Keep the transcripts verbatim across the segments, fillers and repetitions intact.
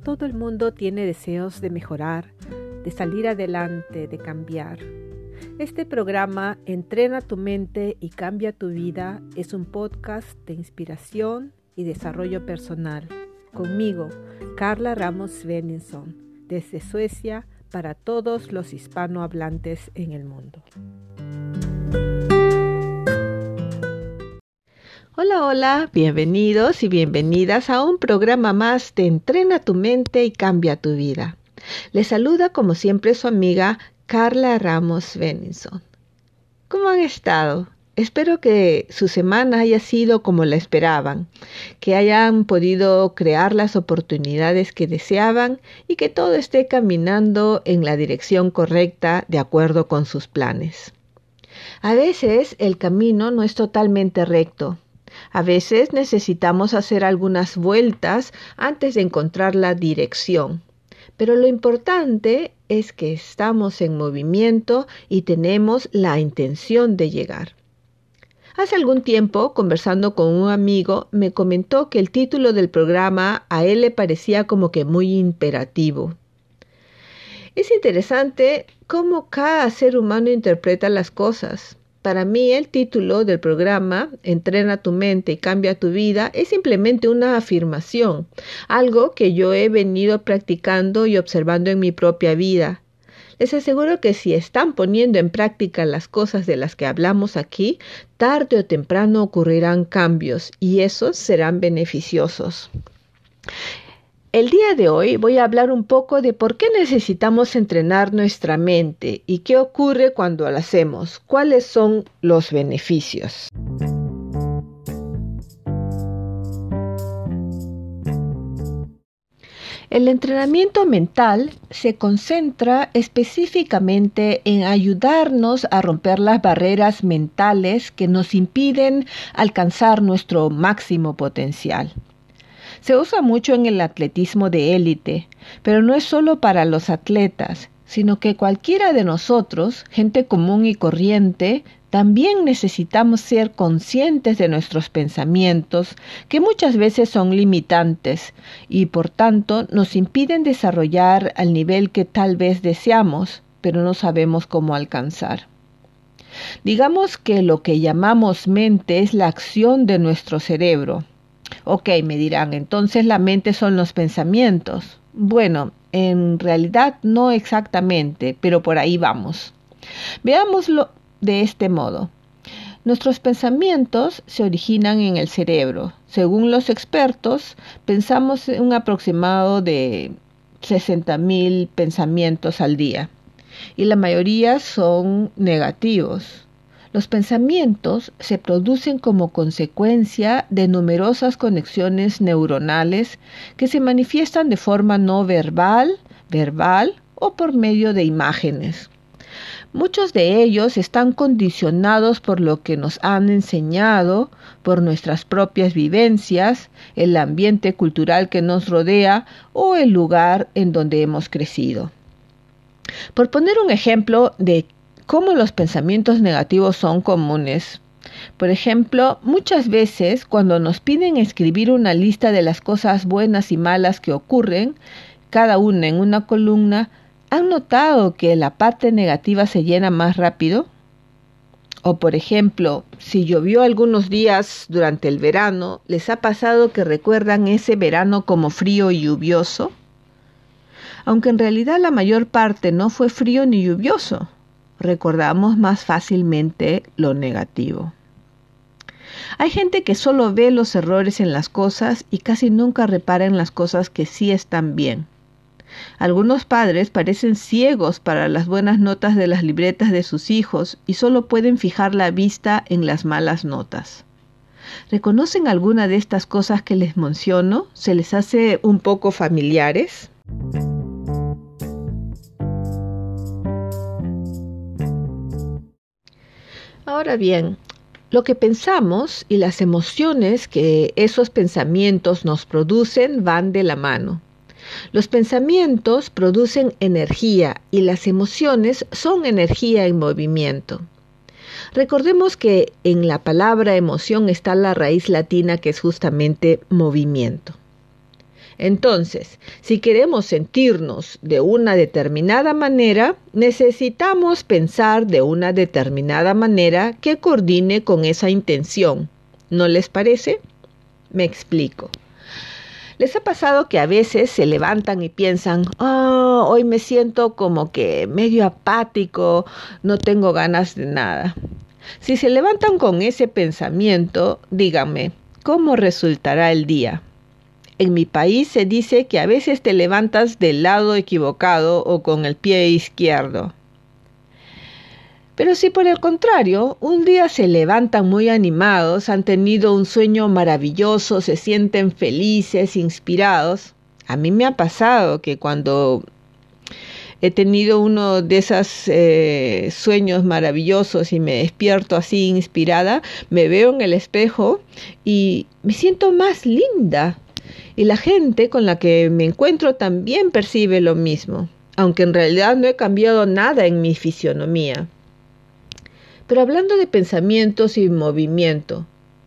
Todo el mundo tiene deseos de mejorar, de salir adelante, de cambiar. Este programa Entrena tu mente y cambia tu vida es un podcast de inspiración y desarrollo personal. Conmigo, Carla Ramos Svenningsson, desde Suecia para todos los hispanohablantes en el mundo. Hola, hola, bienvenidos y bienvenidas a un programa más de Entrena tu mente y cambia tu vida. Les saluda como siempre su amiga Carla Ramos Svenningsson. ¿Cómo han estado? Espero que su semana haya sido como la esperaban, que hayan podido crear las oportunidades que deseaban y que todo esté caminando en la dirección correcta de acuerdo con sus planes. A veces el camino no es totalmente recto. A veces necesitamos hacer algunas vueltas antes de encontrar la dirección, pero lo importante es que estamos en movimiento y tenemos la intención de llegar. Hace algún tiempo, conversando con un amigo, me comentó que el título del programa a él le parecía como que muy imperativo. Es interesante cómo cada ser humano interpreta las cosas. Para mí, el título del programa, Entrena tu mente y cambia tu vida, es simplemente una afirmación, algo que yo he venido practicando y observando en mi propia vida. Les aseguro que si están poniendo en práctica las cosas de las que hablamos aquí, tarde o temprano ocurrirán cambios y esos serán beneficiosos. El día de hoy voy a hablar un poco de por qué necesitamos entrenar nuestra mente y qué ocurre cuando lo hacemos, cuáles son los beneficios. El entrenamiento mental se concentra específicamente en ayudarnos a romper las barreras mentales que nos impiden alcanzar nuestro máximo potencial. Se usa mucho en el atletismo de élite, pero no es solo para los atletas, sino que cualquiera de nosotros, gente común y corriente, también necesitamos ser conscientes de nuestros pensamientos, que muchas veces son limitantes y por tanto nos impiden desarrollar al nivel que tal vez deseamos, pero no sabemos cómo alcanzar. Digamos que lo que llamamos mente es la acción de nuestro cerebro. Ok, me dirán, entonces la mente son los pensamientos. Bueno, en realidad no exactamente, pero por ahí vamos. Veámoslo de este modo. Nuestros pensamientos se originan en el cerebro. Según los expertos, pensamos en un aproximado de sesenta mil pensamientos al día, y la mayoría son negativos. Los pensamientos se producen como consecuencia de numerosas conexiones neuronales que se manifiestan de forma no verbal, verbal o por medio de imágenes. Muchos de ellos están condicionados por lo que nos han enseñado, por nuestras propias vivencias, el ambiente cultural que nos rodea o el lugar en donde hemos crecido. Por poner un ejemplo de cómo los pensamientos negativos son comunes. Por ejemplo, muchas veces cuando nos piden escribir una lista de las cosas buenas y malas que ocurren, cada una en una columna, ¿han notado que la parte negativa se llena más rápido? O por ejemplo, si llovió algunos días durante el verano, ¿les ha pasado que recuerdan ese verano como frío y lluvioso? Aunque en realidad la mayor parte no fue frío ni lluvioso, recordamos más fácilmente lo negativo. Hay gente que solo ve los errores en las cosas y casi nunca repara en las cosas que sí están bien. Algunos padres parecen ciegos para las buenas notas de las libretas de sus hijos y solo pueden fijar la vista en las malas notas. ¿Reconocen alguna de estas cosas que les menciono? ¿Se les hace un poco familiares? Ahora bien, lo que pensamos y las emociones que esos pensamientos nos producen van de la mano. Los pensamientos producen energía y las emociones son energía en movimiento. Recordemos que en la palabra emoción está la raíz latina que es justamente movimiento. Entonces, si queremos sentirnos de una determinada manera, necesitamos pensar de una determinada manera que coordine con esa intención. ¿No les parece? Me explico. ¿Les ha pasado que a veces se levantan y piensan, oh, hoy me siento como que medio apático, no tengo ganas de nada? Si se levantan con ese pensamiento, díganme, ¿cómo resultará el día? En mi país se dice que a veces te levantas del lado equivocado o con el pie izquierdo. Pero si por el contrario, un día se levantan muy animados, han tenido un sueño maravilloso, se sienten felices, inspirados. A mí me ha pasado que cuando he tenido uno de esos eh, sueños maravillosos y me despierto así inspirada, me veo en el espejo y me siento más linda. Y la gente con la que me encuentro también percibe lo mismo, aunque en realidad no he cambiado nada en mi fisionomía. Pero hablando de pensamientos y movimiento,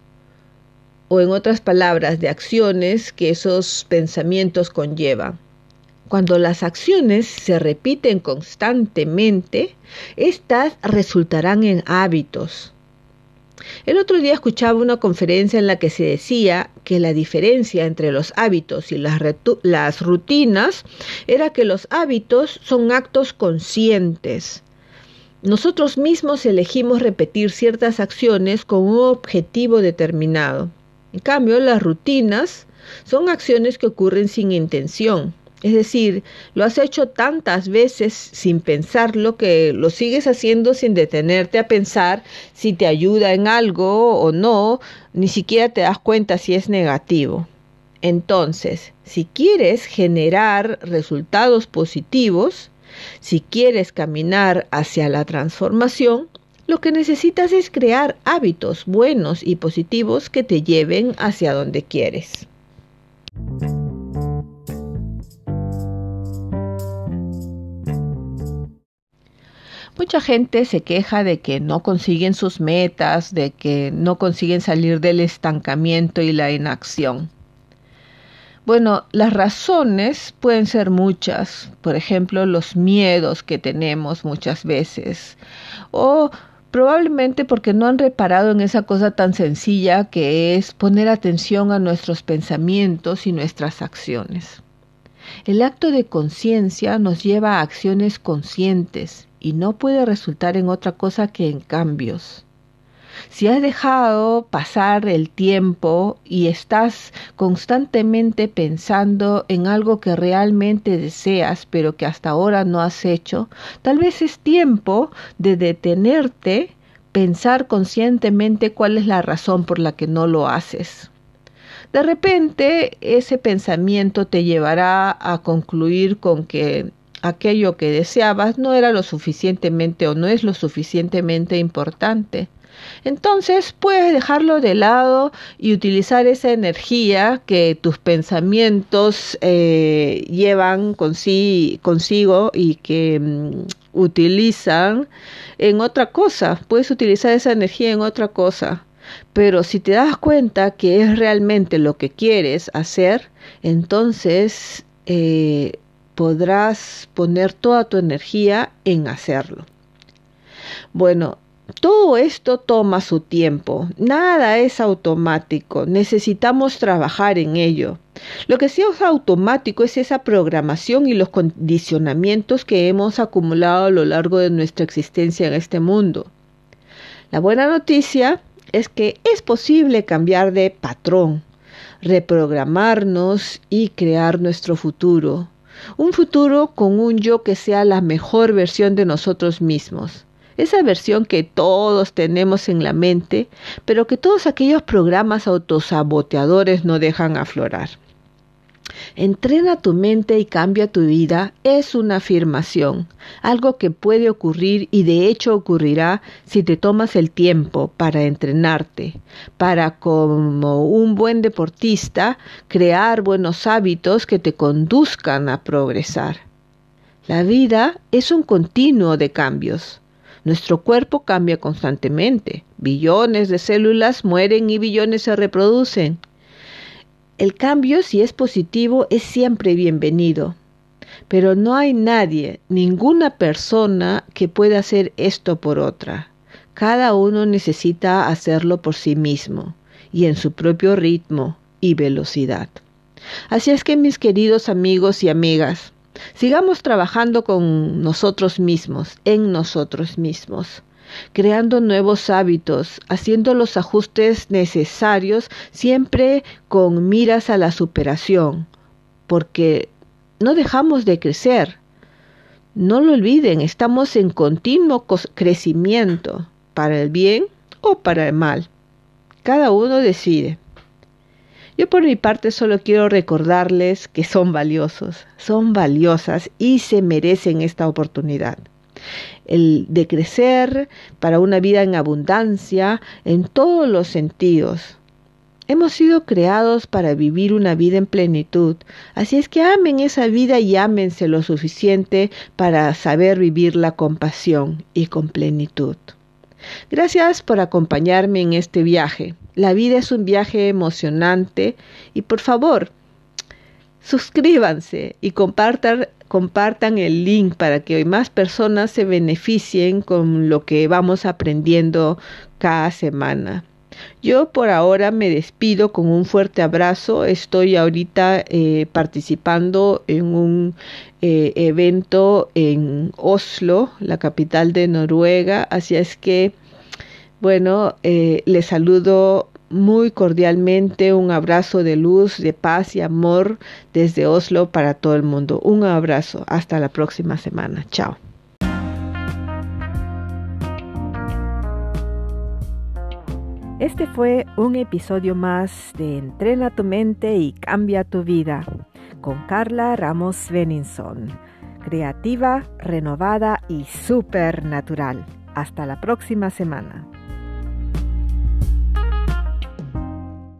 o en otras palabras, de acciones que esos pensamientos conllevan. Cuando las acciones se repiten constantemente, estas resultarán en hábitos. El otro día escuchaba una conferencia en la que se decía que la diferencia entre los hábitos y las, retu- las rutinas era que los hábitos son actos conscientes. Nosotros mismos elegimos repetir ciertas acciones con un objetivo determinado. En cambio, las rutinas son acciones que ocurren sin intención. Es decir, lo has hecho tantas veces sin pensarlo que lo sigues haciendo sin detenerte a pensar si te ayuda en algo o no, ni siquiera te das cuenta si es negativo. Entonces, si quieres generar resultados positivos, si quieres caminar hacia la transformación, lo que necesitas es crear hábitos buenos y positivos que te lleven hacia donde quieres. Mucha gente se queja de que no consiguen sus metas, de que no consiguen salir del estancamiento y la inacción. Bueno, las razones pueden ser muchas, por ejemplo, los miedos que tenemos muchas veces, o probablemente porque no han reparado en esa cosa tan sencilla que es poner atención a nuestros pensamientos y nuestras acciones. El acto de conciencia nos lleva a acciones conscientes y no puede resultar en otra cosa que en cambios. Si has dejado pasar el tiempo y estás constantemente pensando en algo que realmente deseas, pero que hasta ahora no has hecho, tal vez es tiempo de detenerte, pensar conscientemente cuál es la razón por la que no lo haces. De repente, ese pensamiento te llevará a concluir con que aquello que deseabas no era lo suficientemente o no es lo suficientemente importante. Entonces puedes dejarlo de lado y utilizar esa energía que tus pensamientos eh, llevan consi- consigo y que mm, utilizan en otra cosa. Puedes utilizar esa energía en otra cosa. Pero si te das cuenta que es realmente lo que quieres hacer, entonces eh, podrás poner toda tu energía en hacerlo. Bueno, todo esto toma su tiempo, nada es automático, necesitamos trabajar en ello. Lo que sí es automático es esa programación y los condicionamientos que hemos acumulado a lo largo de nuestra existencia en este mundo. La buena noticia es que es posible cambiar de patrón, reprogramarnos y crear nuestro futuro. Un futuro con un yo que sea la mejor versión de nosotros mismos. Esa versión que todos tenemos en la mente, pero que todos aquellos programas autosaboteadores no dejan aflorar. Entrena tu mente y cambia tu vida es una afirmación, algo que puede ocurrir y de hecho ocurrirá si te tomas el tiempo para entrenarte, para como un buen deportista crear buenos hábitos que te conduzcan a progresar. La vida es un continuo de cambios. Nuestro cuerpo cambia constantemente. Billones de células mueren y billones se reproducen. El cambio, si es positivo, es siempre bienvenido. Pero no hay nadie, ninguna persona que pueda hacer esto por otra. Cada uno necesita hacerlo por sí mismo y en su propio ritmo y velocidad. Así es que, mis queridos amigos y amigas, sigamos trabajando con nosotros mismos, en nosotros mismos, creando nuevos hábitos, haciendo los ajustes necesarios, siempre con miras a la superación, porque no dejamos de crecer. No lo olviden, estamos en continuo crecimiento, para el bien o para el mal. Cada uno decide. Yo por mi parte solo quiero recordarles que son valiosos, son valiosas y se merecen esta oportunidad. El de crecer para una vida en abundancia en todos los sentidos. Hemos sido creados para vivir una vida en plenitud, así es que amen esa vida y ámense lo suficiente para saber vivirla con pasión y con plenitud. Gracias por acompañarme en este viaje. La vida es un viaje emocionante y por favor, suscríbanse y compartan, compartan el link para que hoy más personas se beneficien con lo que vamos aprendiendo cada semana. Yo por ahora me despido con un fuerte abrazo. Estoy ahorita eh, participando en un eh, evento en Oslo, la capital de Noruega. Así es que, bueno, eh, les saludo muy cordialmente. Un abrazo de luz, de paz y amor desde Oslo para todo el mundo. Un abrazo. Hasta la próxima semana. Chao. Este fue un episodio más de Entrena tu mente y cambia tu vida con Carla Ramos Svenningsson, creativa, renovada y supernatural. Hasta la próxima semana.